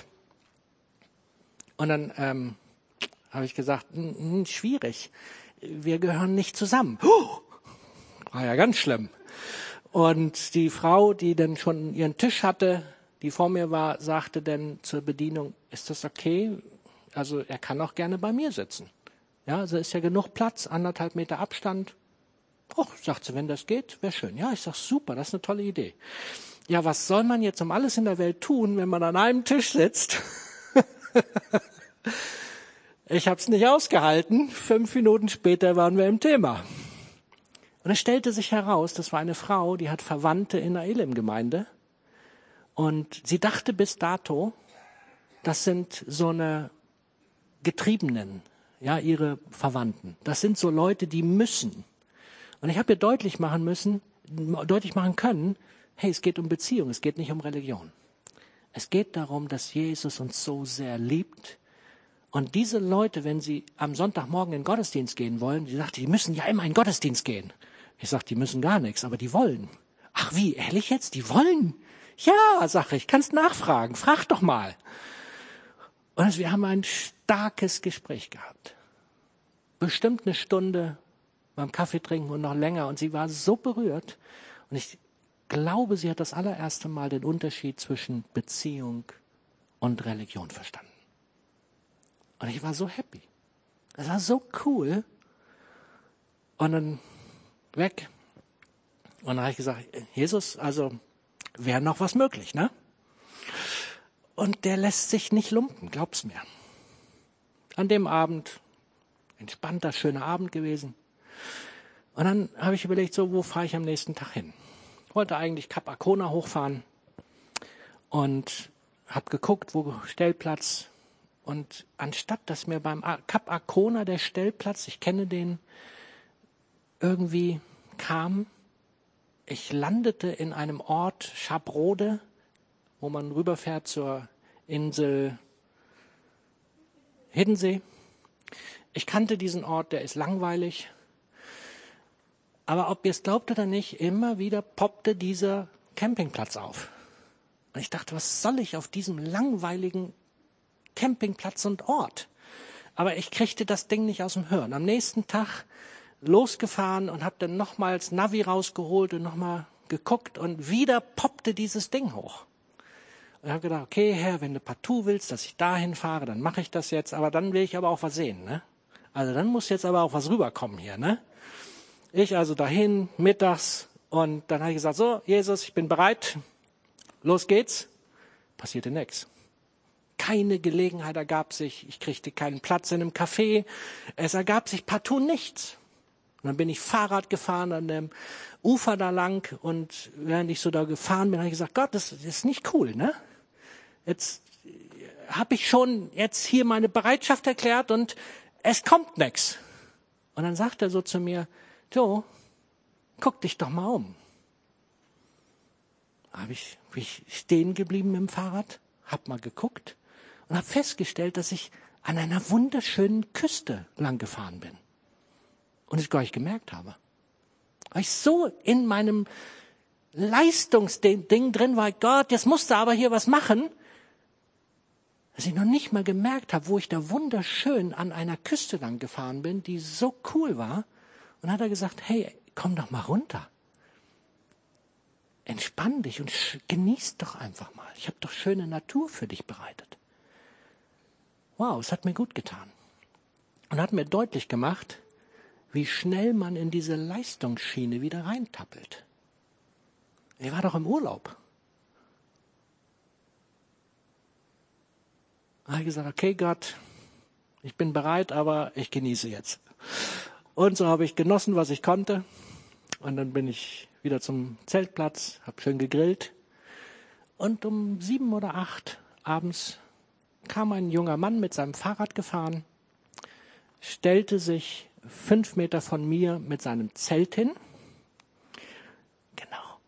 Und dann habe ich gesagt, schwierig, wir gehören nicht zusammen. War ja ganz schlimm. Und die Frau, die dann schon ihren Tisch hatte, die vor mir war, sagte dann zur Bedienung, ist das okay? Also er kann auch gerne bei mir sitzen. Ja, also ist ja genug Platz, 1,5 Meter Abstand. Och, sagt sie, wenn das geht, wäre schön. Ja, ich sag, super, das ist eine tolle Idee. Ja, was soll man jetzt um alles in der Welt tun, wenn man an einem Tisch sitzt? Ich habe es nicht ausgehalten. 5 Minuten später waren wir im Thema. Und es stellte sich heraus, das war eine Frau, die hat Verwandte in der Elim-Gemeinde. Und sie dachte bis dato, das sind so eine Getriebenen, ja, ihre Verwandten. Das sind so Leute, die müssen. Und ich habe ihr deutlich machen können, hey, es geht um Beziehung, es geht nicht um Religion. Es geht darum, dass Jesus uns so sehr liebt. Und diese Leute, wenn sie am Sonntagmorgen in den Gottesdienst gehen wollen, die sagt, die müssen ja immer in den Gottesdienst gehen. Ich sage, die müssen gar nichts, aber die wollen. Ach wie, ehrlich jetzt? Die wollen? Ja, sag ich, kannst nachfragen, frag doch mal. Und wir haben ein starkes Gespräch gehabt. Bestimmt 1 Stunde beim Kaffee trinken und noch länger. Und sie war so berührt. Und ich glaube, sie hat das allererste Mal den Unterschied zwischen Beziehung und Religion verstanden. Und ich war so happy. Das war so cool. Und dann weg. Und dann habe ich gesagt, Jesus, also wäre noch was möglich, ne? Und der lässt sich nicht lumpen, glaub's mir. An dem Abend, entspannter, schöner Abend gewesen. Und dann habe ich überlegt, so, wo fahre ich am nächsten Tag hin? Ich wollte eigentlich Kap Arkona hochfahren und habe geguckt, wo Stellplatz. Und anstatt, dass mir beim Kap Arkona der Stellplatz, ich kenne den, irgendwie kam, ich landete in einem Ort, Schabrode, wo man rüberfährt zur Insel Hiddensee. Ich kannte diesen Ort, der ist langweilig. Aber ob ihr es glaubt oder nicht, immer wieder poppte dieser Campingplatz auf. Und ich dachte, was soll ich auf diesem langweiligen Campingplatz und Ort? Aber ich kriegte das Ding nicht aus dem Hirn. Am nächsten Tag losgefahren und habe dann nochmals Navi rausgeholt und nochmal geguckt und wieder poppte dieses Ding hoch. Und ich habe gedacht, okay, Herr, wenn du partout willst, dass ich dahin fahre, dann mache ich das jetzt. Aber dann will ich aber auch was sehen, ne? Also dann muss jetzt aber auch was rüberkommen hier, ne? Ich also dahin, mittags, und dann habe ich gesagt, so, Jesus, ich bin bereit, los geht's. Passierte nichts. Keine Gelegenheit ergab sich, ich kriegte keinen Platz in einem Café, es ergab sich partout nichts. Und dann bin ich Fahrrad gefahren an dem Ufer da lang, und während ich so da gefahren bin, habe ich gesagt, Gott, das ist nicht cool, ne? Jetzt habe ich schon jetzt hier meine Bereitschaft erklärt und es kommt nichts. Und dann sagt er so zu mir, Joe, guck dich doch mal um. Bin ich stehen geblieben mit dem Fahrrad, hab mal geguckt und habe festgestellt, dass ich an einer wunderschönen Küste lang gefahren bin. Und es gar nicht gemerkt habe. Weil ich so in meinem Leistungsding drin war, Gott, jetzt musst du aber hier was machen, dass ich noch nicht mal gemerkt habe, wo ich da wunderschön an einer Küste lang gefahren bin, die so cool war. Und hat er gesagt, hey, komm doch mal runter. Entspann dich und genieß doch einfach mal. Ich habe doch schöne Natur für dich bereitet. Wow, es hat mir gut getan. Und hat mir deutlich gemacht, wie schnell man in diese Leistungsschiene wieder reintappelt. Ich war doch im Urlaub. Da habe ich gesagt, okay Gott, ich bin bereit, aber ich genieße jetzt. Und so habe ich genossen, was ich konnte. Und dann bin ich wieder zum Zeltplatz, habe schön gegrillt. Und um 7 oder 8 abends kam ein junger Mann mit seinem Fahrrad gefahren, stellte sich 5 Meter von mir mit seinem Zelt hin. Genau.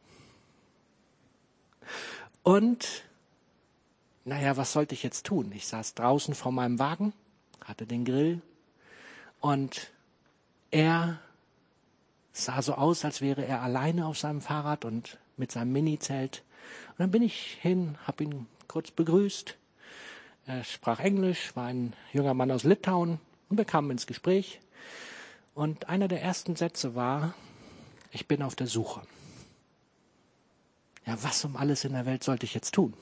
Und naja, was sollte ich jetzt tun? Ich saß draußen vor meinem Wagen, hatte den Grill, und er sah so aus, als wäre er alleine auf seinem Fahrrad und mit seinem Mini-Zelt. Und dann bin ich hin, habe ihn kurz begrüßt. Er sprach Englisch, war ein junger Mann aus Litauen, und wir kamen ins Gespräch. Und einer der ersten Sätze war, ich bin auf der Suche. Ja, was um alles in der Welt sollte ich jetzt tun?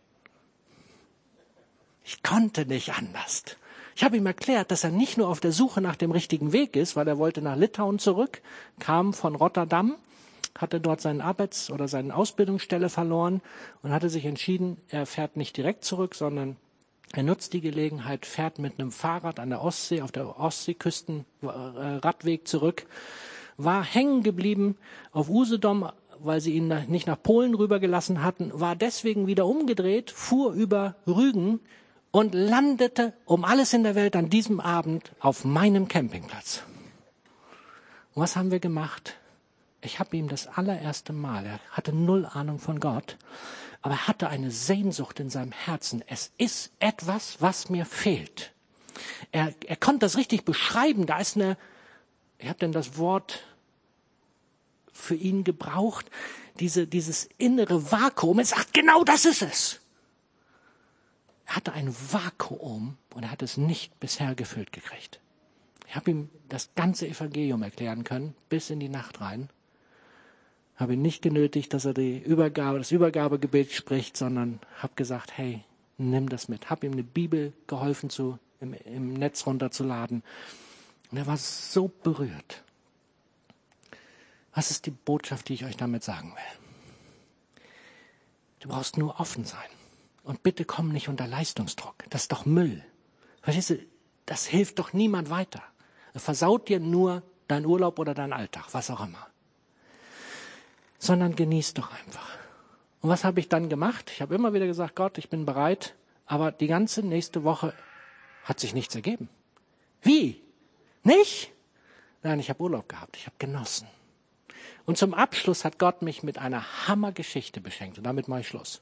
Ich konnte nicht anders. Ich habe ihm erklärt, dass er nicht nur auf der Suche nach dem richtigen Weg ist, weil er wollte nach Litauen zurück, kam von Rotterdam, hatte dort seine seine Ausbildungsstelle verloren und hatte sich entschieden, er fährt nicht direkt zurück, sondern er nutzt die Gelegenheit, fährt mit einem Fahrrad an der Ostsee, auf der Ostseeküsten-Radweg zurück, war hängen geblieben auf Usedom, weil sie ihn nicht nach Polen rübergelassen hatten, war deswegen wieder umgedreht, fuhr über Rügen und landete um alles in der Welt an diesem Abend auf meinem Campingplatz. Und was haben wir gemacht? Ich habe ihm das allererste Mal, er hatte 0 Ahnung von Gott, aber er hatte eine Sehnsucht in seinem Herzen. Es ist etwas, was mir fehlt. Er konnte das richtig beschreiben. Da ist ich habe denn das Wort für ihn gebraucht, dieses innere Vakuum. Er sagt, genau das ist es. Er hatte ein Vakuum und er hat es nicht bisher gefüllt gekriegt. Ich habe ihm das ganze Evangelium erklären können, bis in die Nacht rein. Habe ihn nicht genötigt, dass er das Übergabegebet spricht, sondern habe gesagt, hey, nimm das mit. Habe ihm eine Bibel geholfen, im Netz runterzuladen. Und er war so berührt. Was ist die Botschaft, die ich euch damit sagen will? Du brauchst nur offen sein. Und bitte komm nicht unter Leistungsdruck. Das ist doch Müll. Verstehst du? Das hilft doch niemand weiter. Das versaut dir nur dein Urlaub oder dein Alltag, was auch immer. Sondern genieß doch einfach. Und was habe ich dann gemacht? Ich habe immer wieder gesagt, Gott, ich bin bereit. Aber die ganze nächste Woche Hat sich nichts ergeben. Wie? Nicht? Nein, ich habe Urlaub gehabt. Ich habe genossen. Und zum Abschluss hat Gott mich mit einer Hammergeschichte beschenkt. Und damit mache ich Schluss.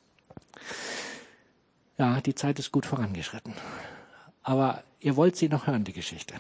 Ja, die Zeit ist gut vorangeschritten. Aber ihr wollt sie noch hören, die Geschichte.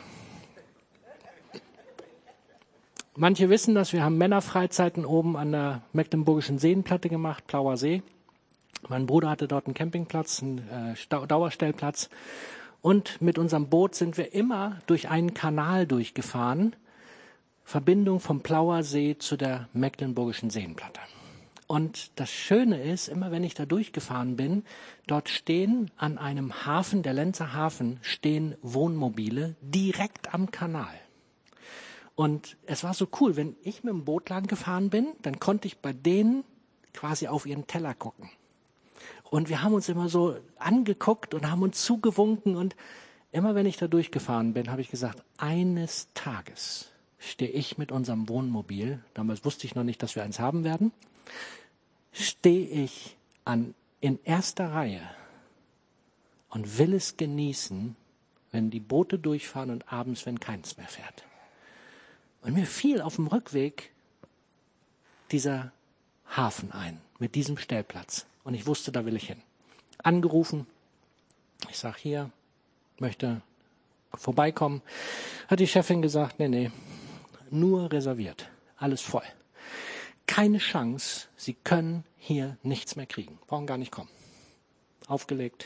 Manche wissen das, wir haben Männerfreizeiten oben an der Mecklenburgischen Seenplatte gemacht, Plauer See. Mein Bruder hatte dort einen Campingplatz, einen Dauerstellplatz. Und mit unserem Boot sind wir immer durch einen Kanal durchgefahren. Verbindung vom Plauer See zu der Mecklenburgischen Seenplatte. Und das Schöne ist, immer wenn ich da durchgefahren bin, dort stehen an einem Hafen, der Lenzer Hafen, stehen Wohnmobile direkt am Kanal. Und es war so cool, wenn ich mit dem Boot lang gefahren bin, dann konnte ich bei denen quasi auf ihren Teller gucken. Und wir haben uns immer so angeguckt und haben uns zugewunken. Und immer wenn ich da durchgefahren bin, habe ich gesagt, eines Tages stehe ich mit unserem Wohnmobil, damals wusste ich noch nicht, dass wir eins haben werden, stehe ich in erster Reihe und will es genießen, wenn die Boote durchfahren und abends, wenn keins mehr fährt. Und mir fiel auf dem Rückweg dieser Hafen ein, mit diesem Stellplatz. Und ich wusste, da will ich hin. Angerufen, ich sage hier, möchte vorbeikommen. Hat die Chefin gesagt, nee, nur reserviert, alles voll. Keine Chance, Sie können hier nichts mehr kriegen, brauchen gar nicht kommen. Aufgelegt,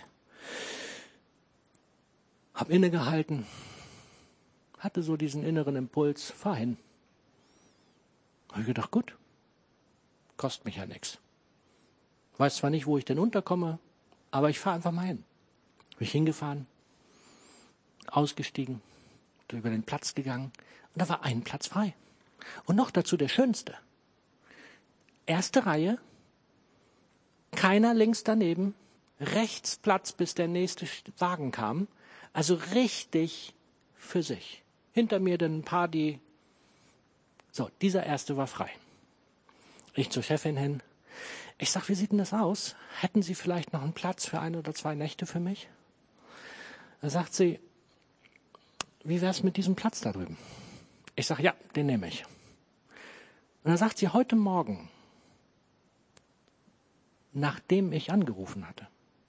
hab innegehalten, hatte so diesen inneren Impuls, fahr hin. Habe ich gedacht, gut, kostet mich ja nichts. Weiß zwar nicht, wo ich denn unterkomme, aber ich fahre einfach mal hin. Bin ich hingefahren, ausgestiegen, über den Platz gegangen und da war ein Platz frei. Und noch dazu der schönste. Erste Reihe, keiner links daneben, rechts Platz, bis der nächste Wagen kam. Also richtig für sich. Hinter mir dann ein paar, die... So, dieser erste war frei. Ich zur Chefin hin. Ich sag, wie sieht denn das aus? Hätten Sie vielleicht noch einen Platz für 1 oder 2 Nächte für mich? Da sagt sie, wie wär's mit diesem Platz da drüben? Ich sag, ja, den nehme ich. Und dann sagt sie, heute Morgen, nachdem ich angerufen hatte,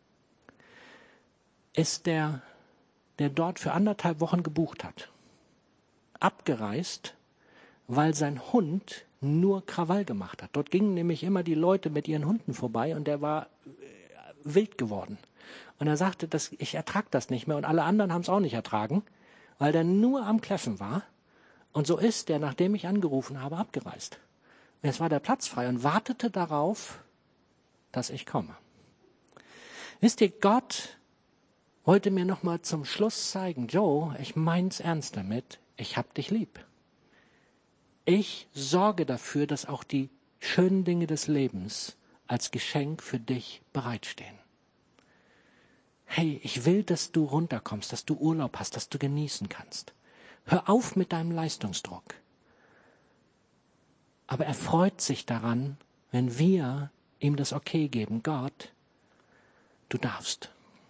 ist der dort für 1,5 Wochen gebucht hat, abgereist, weil sein Hund nur Krawall gemacht hat. Dort gingen nämlich immer die Leute mit ihren Hunden vorbei und der war wild geworden. Und er sagte, ich ertrage das nicht mehr und alle anderen haben es auch nicht ertragen, weil der nur am Kläffen war. Und so ist der, nachdem ich angerufen habe, abgereist. Und jetzt war der Platz frei und wartete darauf, dass ich komme. Wisst ihr, Gott wollte mir nochmal zum Schluss zeigen, Joe, ich mein's ernst damit, ich hab dich lieb. Ich sorge dafür, dass auch die schönen Dinge des Lebens als Geschenk für dich bereitstehen. Hey, ich will, dass du runterkommst, dass du Urlaub hast, dass du genießen kannst. Hör auf mit deinem Leistungsdruck. Aber er freut sich daran, wenn wir ihm das Okay geben. Gott, du darfst.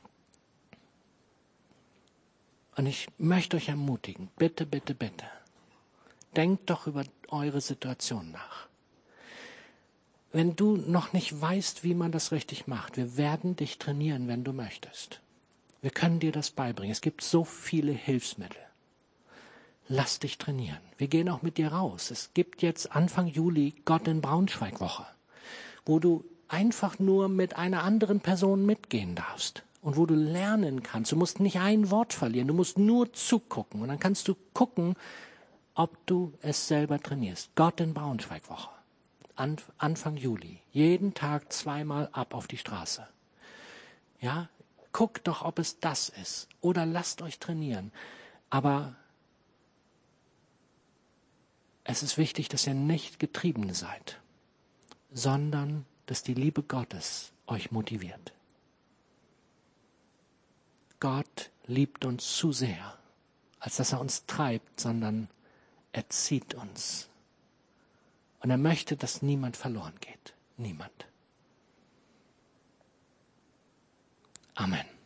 Und ich möchte euch ermutigen, bitte, bitte, bitte, denkt doch über eure Situation nach. Wenn du noch nicht weißt, wie man das richtig macht, wir werden dich trainieren, wenn du möchtest. Wir können dir das beibringen. Es gibt so viele Hilfsmittel. Lass dich trainieren. Wir gehen auch mit dir raus. Es gibt jetzt Anfang Juli Gott in Braunschweig-Woche, wo du einfach nur mit einer anderen Person mitgehen darfst und wo du lernen kannst. Du musst nicht ein Wort verlieren, du musst nur zugucken und dann kannst du gucken, ob du es selber trainierst. Gott in Braunschweig-Woche. Anfang Juli. Jeden Tag 2-mal ab auf die Straße. Ja, guckt doch, ob es das ist. Oder lasst euch trainieren. Aber es ist wichtig, dass ihr nicht Getriebene seid, sondern dass die Liebe Gottes euch motiviert. Gott liebt uns zu sehr, als dass er uns treibt, sondern er zieht uns. Und er möchte, dass niemand verloren geht. Niemand. Amen.